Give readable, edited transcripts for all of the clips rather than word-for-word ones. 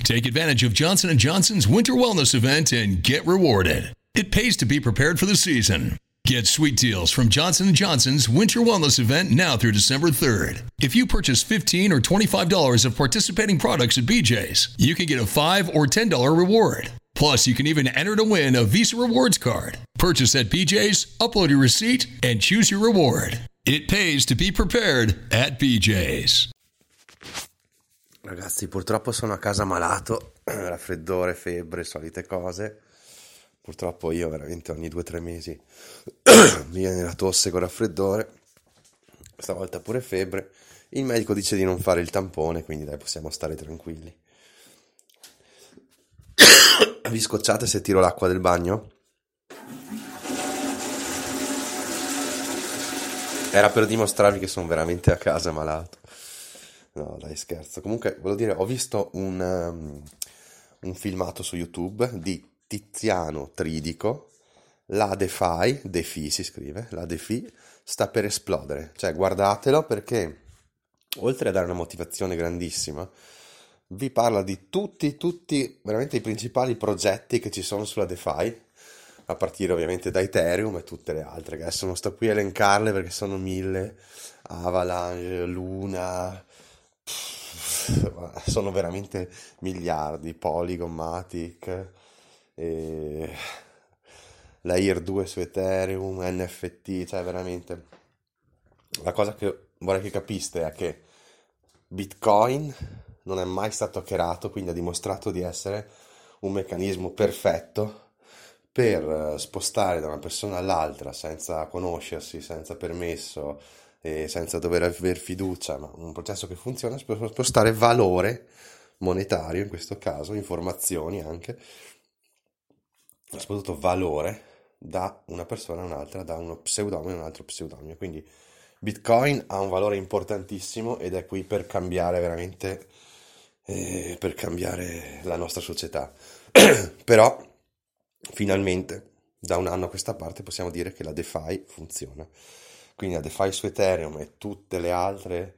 Take advantage of Johnson & Johnson's Winter Wellness Event and get rewarded. It pays to be prepared for the season. Get sweet deals from Johnson & Johnson's Winter Wellness Event now through December 3rd. If you purchase $15 or $25 of participating products at BJ's, you can get a $5 or $10 reward. Plus, you can even enter to win a Visa Rewards card. Purchase at BJ's, upload your receipt, and choose your reward. It pays to be prepared at BJ's. Ragazzi, purtroppo sono a casa malato, raffreddore, febbre, solite cose. Purtroppo io veramente ogni 2-3 mesi mi viene la tosse con raffreddore, stavolta pure febbre. Il medico dice di non fare il tampone, quindi dai, possiamo stare tranquilli. Vi scocciate se tiro l'acqua del bagno? Era per dimostrarvi che sono veramente a casa malato. No, dai, scherzo. Comunque, volevo dire, ho visto un filmato su YouTube di Tiziano Tridico. La DeFi si scrive, la DeFi sta per esplodere. Cioè, guardatelo perché, oltre a dare una motivazione grandissima, vi parla di tutti, veramente i principali progetti che ci sono sulla DeFi, a partire ovviamente da Ethereum e tutte le altre, che adesso non sto qui a elencarle perché sono 1000, Avalanche, Luna... sono veramente miliardi, Polygon, Matic, Layer 2 su Ethereum, NFT, cioè veramente la cosa che vorrei che capiste è che Bitcoin non è mai stato hackerato, quindi ha dimostrato di essere un meccanismo perfetto per spostare da una persona all'altra senza conoscersi, senza permesso, senza dover aver fiducia, ma un processo che funziona per spostare valore monetario, in questo caso informazioni anche, soprattutto valore da una persona a un'altra, da uno pseudonimo a un altro pseudonimo. Quindi Bitcoin ha un valore importantissimo ed è qui per cambiare veramente, per cambiare la nostra società. Però finalmente da un anno a questa parte possiamo dire che la DeFi funziona. Quindi la DeFi su Ethereum e tutte le altre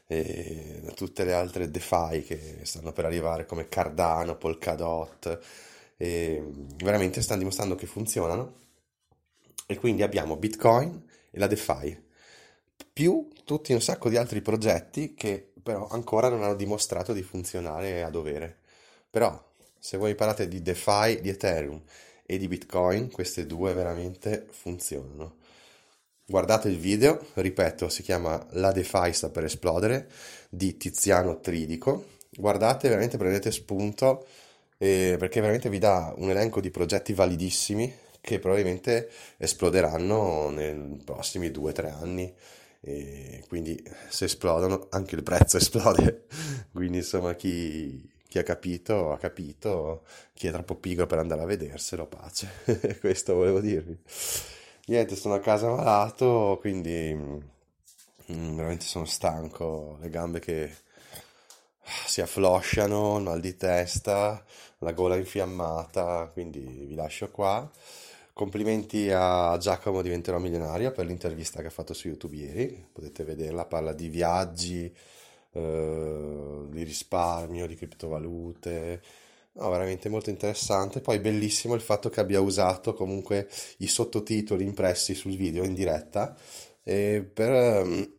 DeFi che stanno per arrivare come Cardano, Polkadot, veramente stanno dimostrando che funzionano. E quindi abbiamo Bitcoin e la DeFi, più tutti un sacco di altri progetti che però ancora non hanno dimostrato di funzionare a dovere. Però se voi parlate di DeFi, di Ethereum e di Bitcoin, queste due veramente funzionano. Guardate il video, ripeto, si chiama La DeFi sta per esplodere, di Tiziano Tridico. Guardate, veramente prendete spunto, perché veramente vi dà un elenco di progetti validissimi che probabilmente esploderanno nei prossimi 2-3 anni. E quindi se esplodono anche il prezzo esplode. Quindi insomma chi ha capito, chi è troppo pigro per andare a vederselo, pace. Questo volevo dirvi. Niente, sono a casa malato, quindi veramente sono stanco, le gambe che si afflosciano, il mal di testa, la gola infiammata, quindi vi lascio qua. Complimenti a Giacomo Diventerò Milionario per l'intervista che ha fatto su YouTube ieri, potete vederla, parla di viaggi, di risparmio, di criptovalute. No, veramente molto interessante. Poi bellissimo il fatto che abbia usato comunque i sottotitoli impressi sul video in diretta, per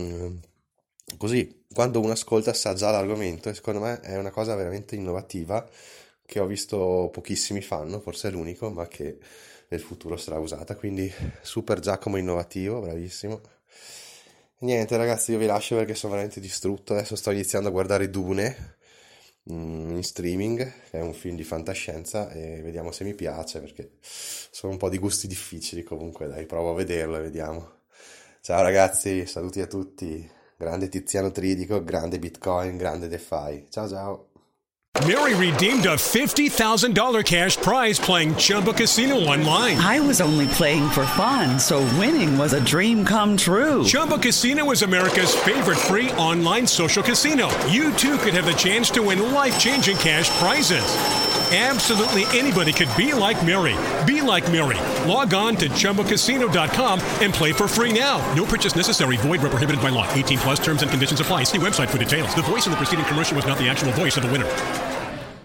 così quando uno ascolta sa già l'argomento, e secondo me è una cosa veramente innovativa che ho visto pochissimi fanno, forse è l'unico, ma che nel futuro sarà usata. Quindi super Giacomo, innovativo, bravissimo. Niente ragazzi, io vi lascio perché sono veramente distrutto. Adesso sto iniziando a guardare Dune in streaming, che è un film di fantascienza, e vediamo se mi piace, perché sono un po' di gusti difficili. Comunque dai, provo a vederlo e vediamo. Ciao ragazzi, saluti a tutti. Grande Tiziano Tridico, grande Bitcoin, grande DeFi. Ciao ciao. Mary redeemed a $50,000 cash prize playing Chumba Casino online. I was only playing for fun, so winning was a dream come true. Chumba Casino is America's favorite free online social casino. You too could have the chance to win life-changing cash prizes. Absolutely anybody could be like Mary. Be like Mary. Log on to ChumbaCasino.com and play for free now. No purchase necessary. Void where prohibited by law. 18+ terms and conditions apply. See website for details. The voice in the preceding commercial was not the actual voice of the winner.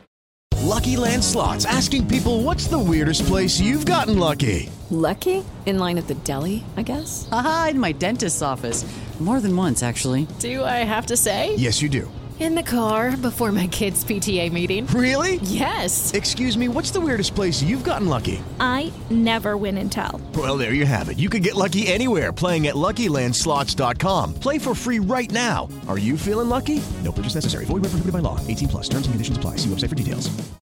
Lucky Land Slots, asking people, what's the weirdest place you've gotten lucky? Lucky? In line at the deli, I guess? Aha, in my dentist's office. More than once, actually. Do I have to say? Yes, you do. In the car before my kids' PTA meeting. Really? Yes. Excuse me, what's the weirdest place you've gotten lucky? I never win and tell. Well, there you have it. You can get lucky anywhere, playing at LuckyLandSlots.com. Play for free right now. Are you feeling lucky? No purchase necessary. Void where prohibited by law. 18+. Terms and conditions apply. See website for details.